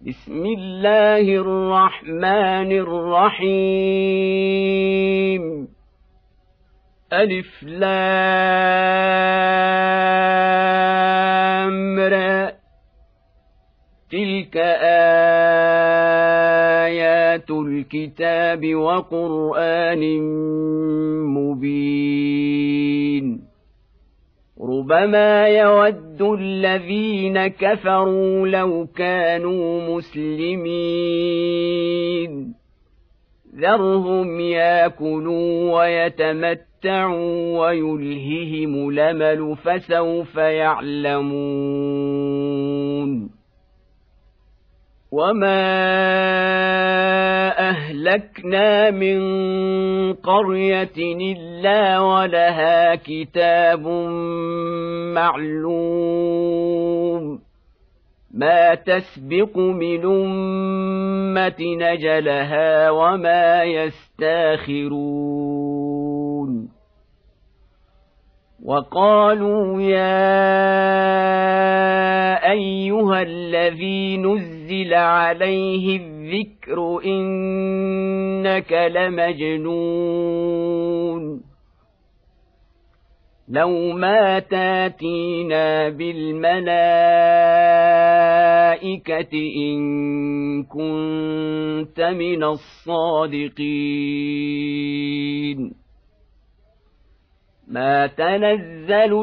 بسم الله الرحمن الرحيم ألف لام را تلك آيات الكتاب وقرآن مبين ربما يود الذين كفروا لو كانوا مسلمين ذرهم ياكلوا ويتمتعوا ويلههم الأمل فسوف يعلمون وما أهلكنا من قرية إلا ولها كتاب معلوم ما تسبق من أمة نجلها وما يستاخرون وقالوا يا أيها الذي نزل عليه الذكر إنك لمجنون لو ما تاتينا بالملائكة إن كنت من الصادقين ما تنزل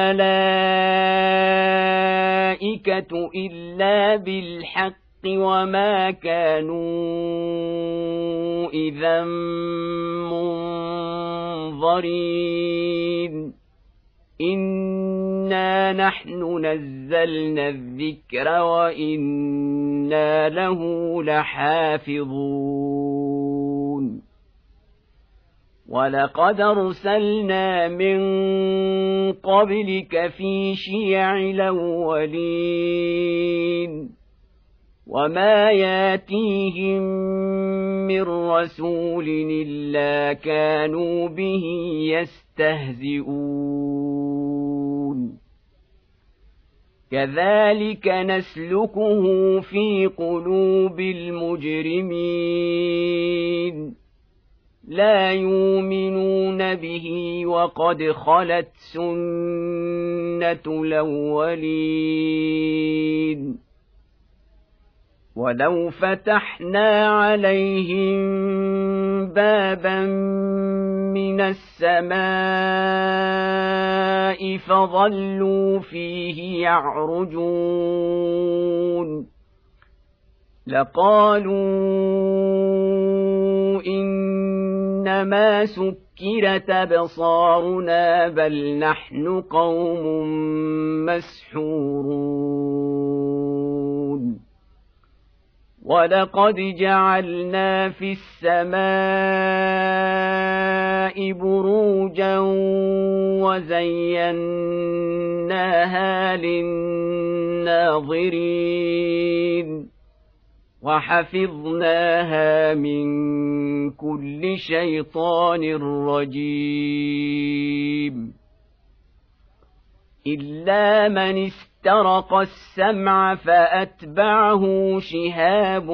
الملائكة إلا بالحق وما كانوا إذا منظرين إنا نحن نزلنا الذكر وإنا له لحافظون ولقد أرسلنا من قبلك في شيع الأولين وما ياتيهم من رسول إلا كانوا به يستهزئون كذلك نسلكه في قلوب المجرمين لا يؤمنون به وقد خلت سنة الأولين ولو فتحنا عليهم بابا من السماء فظلوا فيه يعرجون لقالوا إنما سكرت أبصارنا بل نحن قوم مسحورون ولقد جعلنا في السماء بروجا وزيناها للناظرين وحفظناها من كل شيطان رجيم إلا من استرق السمع فأتبعه شهاب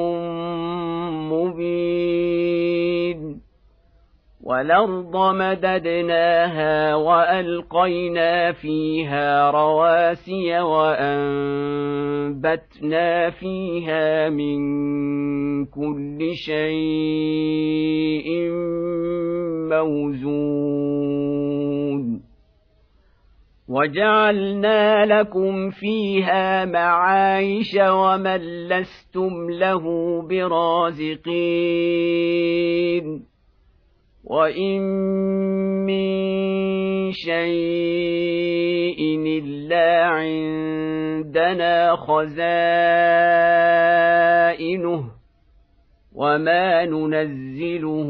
مبين والأرض مددناها وألقينا فيها رواسي وأنبتنا فيها من كل شيء موزون وجعلنا لكم فيها معايش ومن لستم له برازقين وإن من شيء إلا عندنا خزائنه وما ننزله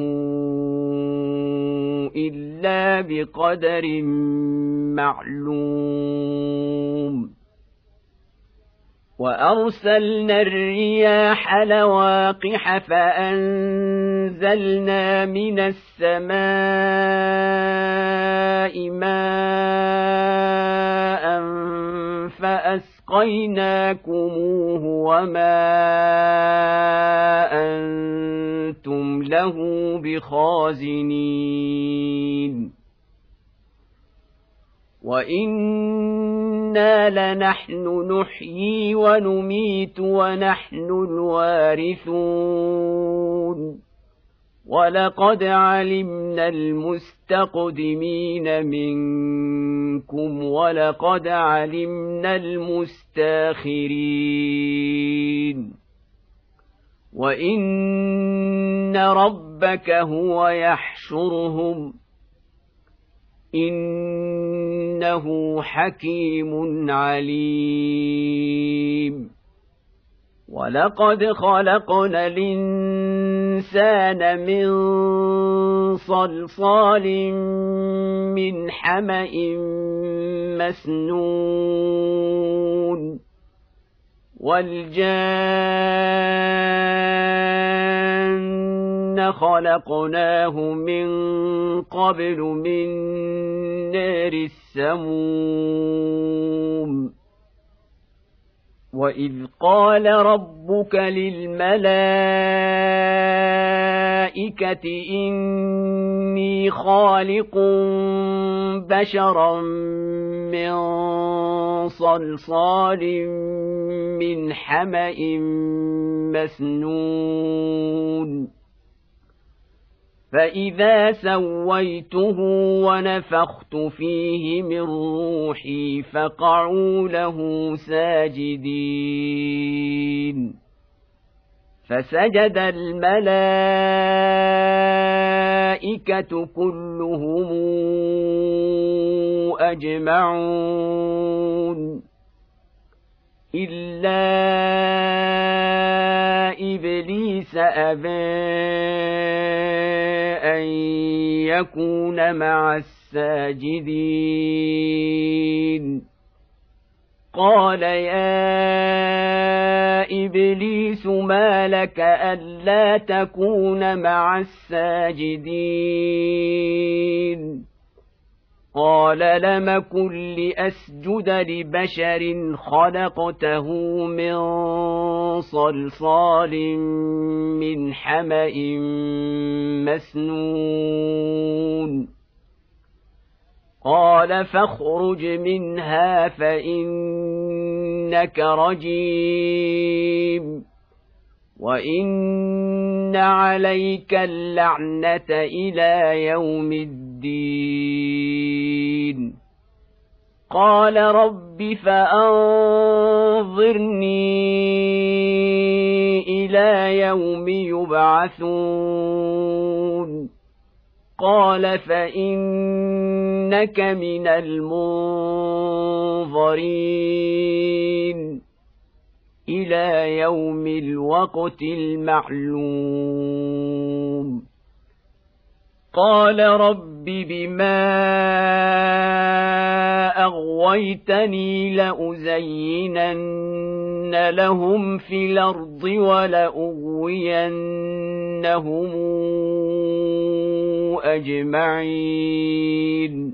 إلا بقدر معلوم وأرسلنا الرياح لواقح فأنزلنا من السماء ماء أسقيناكموه وما أنتم له بخازنين وإنا لنحن نحيي ونميت ونحن الوارثون ولقد علمنا المستقدمين منكم ولقد علمنا المستاخرين وإن ربك هو يحشرهم إنه حكيم عليم ولقد خلقنا الإنسان من صلصال من حمأ مسنون والجان خلقناه من قبل من نار السموم وإذ قال ربك للملائكة إني خالق بشرا من صلصال من حمأ مسنون فإذا سويته ونفخت فيه من روحي فقعوا له ساجدين فسجد الملائكة كلهم أجمعون إلا إبليس أبى أن يكون مع الساجدين قال يا إبليس ما لك ألا تكون مع الساجدين قال لم كن لأسجد لبشر خلقته من صلصال من حمأ مسنون قال فاخرج منها فإنك رجيم وإن عليك اللعنة إلى يوم الدين قال رب فأنظرني إلى يوم يبعثون قال فإنك من المنظرين إلى يوم الوقت المعلوم قال رب بما أغويتني لأزينن لهم في الأرض ولأغوينهم أجمعين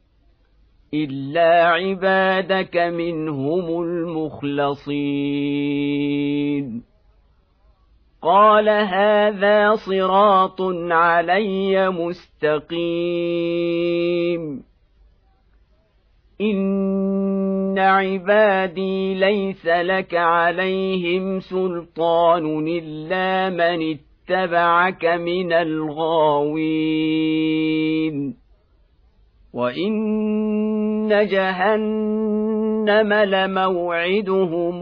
إلا عبادك منهم المخلصين قال هذا صراط علي مستقيم إن عبادي ليس لك عليهم سلطان إلا من اتبعك من الغاوين وإن جهنم لموعدهم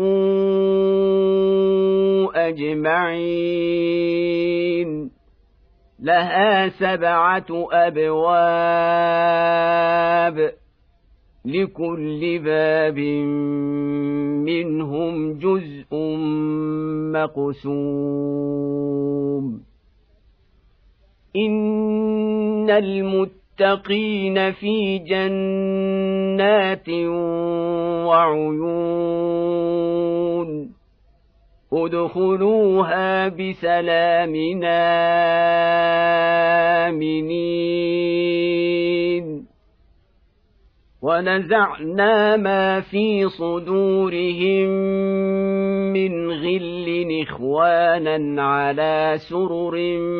أجمعين لها 7 أبواب لكل باب منهم جزء مقسوم إن المتقين في جنات وعيون ادخلوها بسلام آمنين ونزعنا ما في صدورهم من غل إخوانا على سرر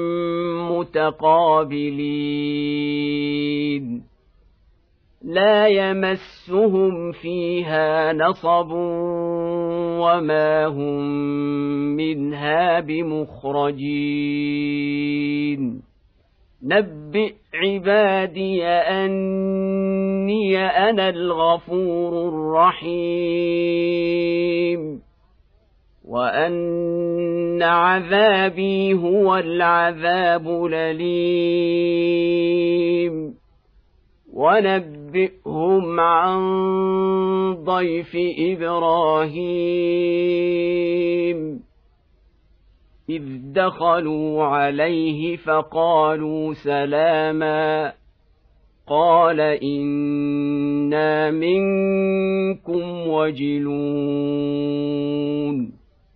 متقابلين لا يمسهم فيها نصب وما هم منها بمخرجين نبئ عبادي أني أنا الغفور الرحيم وأن عذابي هو العذاب الأليم ونبئهم عن ضيف إبراهيم إذ دخلوا عليه فقالوا سلاما قال إنا منكم وجلون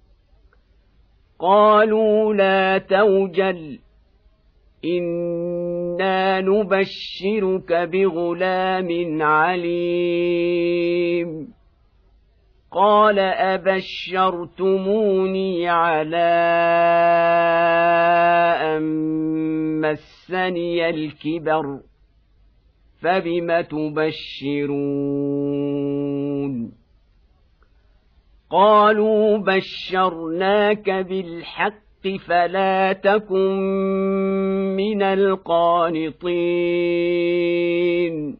قالوا لا توجل إنا نبشرك بغلام عليم قال أبشرتموني على أن مسني الكبر فبم تبشرون قالوا بشرناك بالحق فلا تكن من القانطين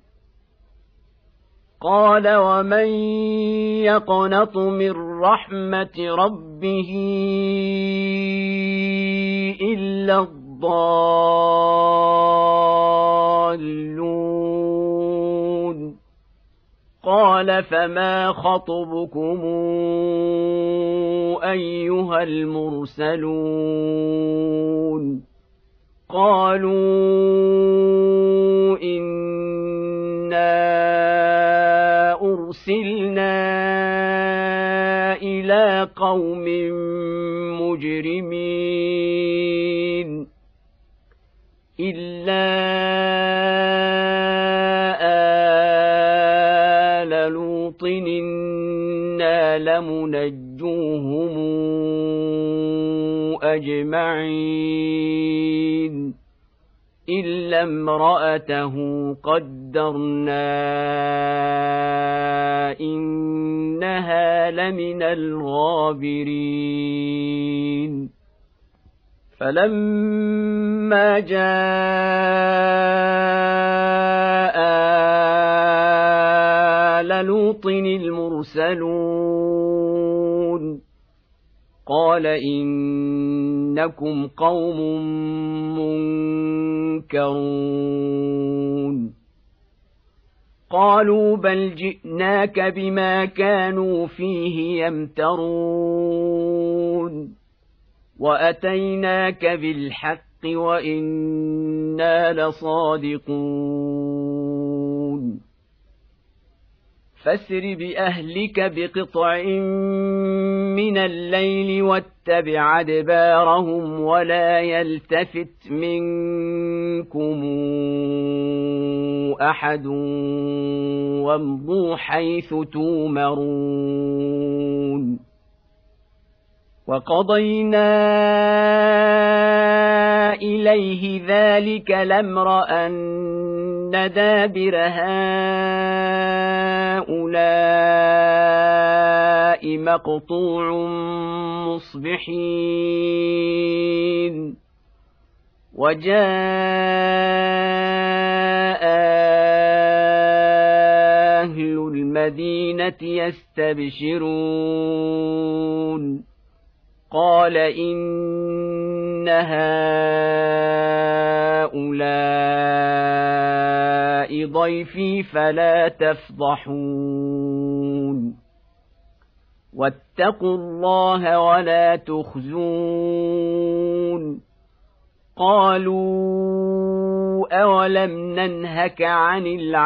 قال ومن يقنط من رحمة ربه إلا الضالون قال فما خطبكم أيها المرسلون قالوا إنا أرسلنا إلى قوم مجرمين إلا آل لوط إنا لمنجوهم أجمعين إلا امرأته قدرنا إنها لمن الغابرين فلما جاء آل لوط المرسلون قال إنكم قوم منكرون قالوا بل جئناك بما كانوا فيه يمترون وأتيناك بالحق وإنا لصادقون فاسر بأهلك بقطع من الليل واتبع أدبارهم ولا يلتفت منكم أحد وامضوا حيث تومرون وقضينا إليه ذلك الأمر أن دابر هؤلاء مقطوع مصبحين وجاء أهل المدينة يستبشرون قال إن هؤلاء ضيفي فلا تفضحون واتقوا الله ولا تخزون قالوا أولم ننهك عن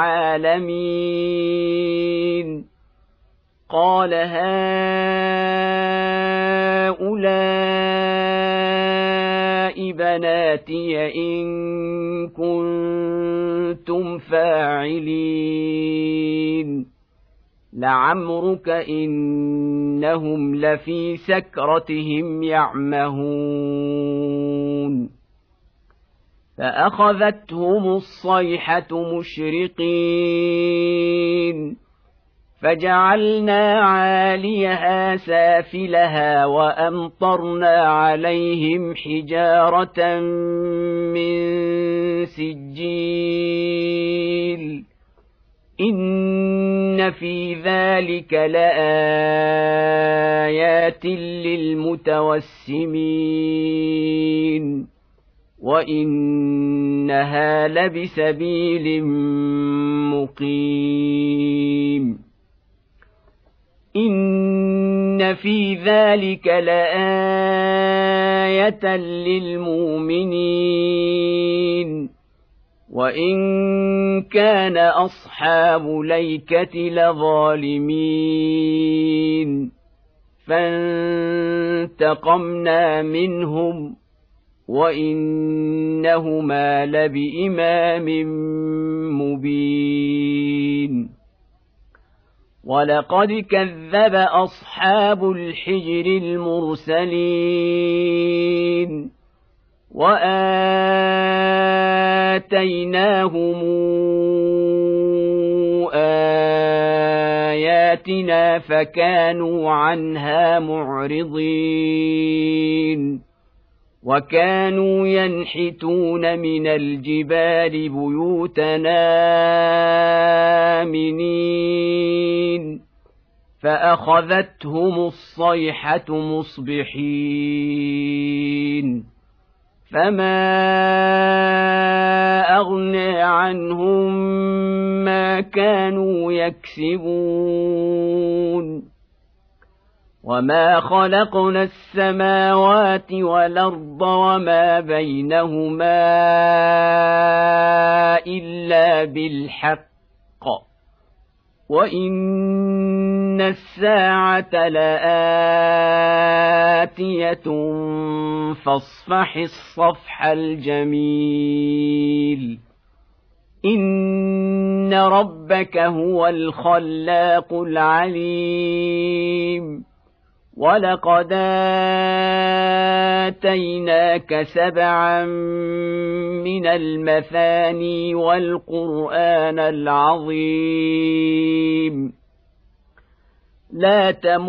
العالمين قال هؤلاء بناتي إن كنتم فاعلين لعمرك إنهم لفي سكرتهم يعمهون فأخذتهم الصيحة مشرقين فجعلنا عاليها سافلها وأمطرنا عليهم حجارة من سجيل إن في ذلك لآيات للمتوسمين وإنها لبسبيل مقيم إن في ذلك لآية للمؤمنين وإن كان أصحاب ليكة لظالمين فانتقمنا منهم وإنهما لبإمام مبين ولقد كذب أصحاب الحجر المرسلين وآتيناهم آياتنا فكانوا عنها معرضين وكانوا ينحتون من الجبال بيوتنا آمنين فأخذتهم الصيحة مصبحين فما أغنى عنهم ما كانوا يكسبون وما خلقنا السماوات والأرض وما بينهما إلا بالحق وإن الساعة لآتية فاصفح الصفح الجميل إن ربك هو الخلاق العليم ولقد آتيناك 7 من المثاني والقرآن العظيم لا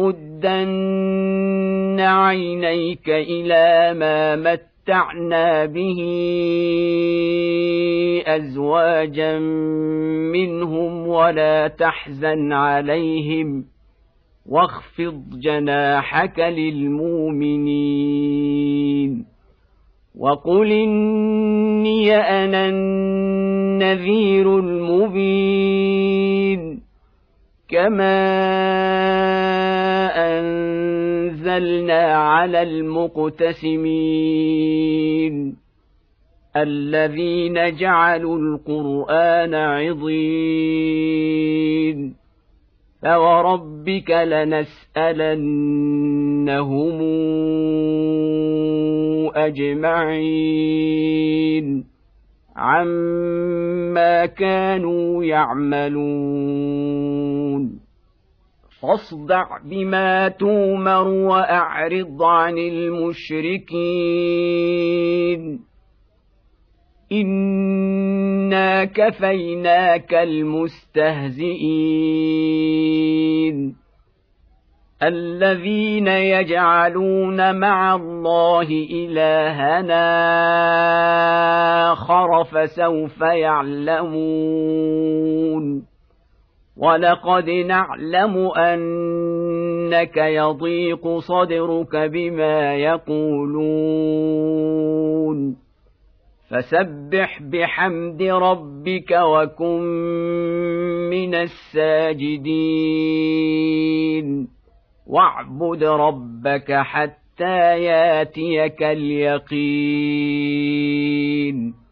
تمدن عينيك إلى ما متعنا به أزواجا منهم ولا تحزن عليهم واخفض جناحك للمؤمنين وقل إني أنا النذير المبين كما أنزلنا على المقتسمين الذين جعلوا القرآن عضين فوربك لنسألنهم أجمعين عما كانوا يعملون فاصدع بما تومر وأعرض عن المشركين إنا كفيناك المستهزئين الذين يجعلون مع الله إلهنا آخر فسوف يعلمون ولقد نعلم أنك يضيق صدرك بما يقولون فسبح بحمد ربك وكن من الساجدين واعبد ربك حتى ياتيك اليقين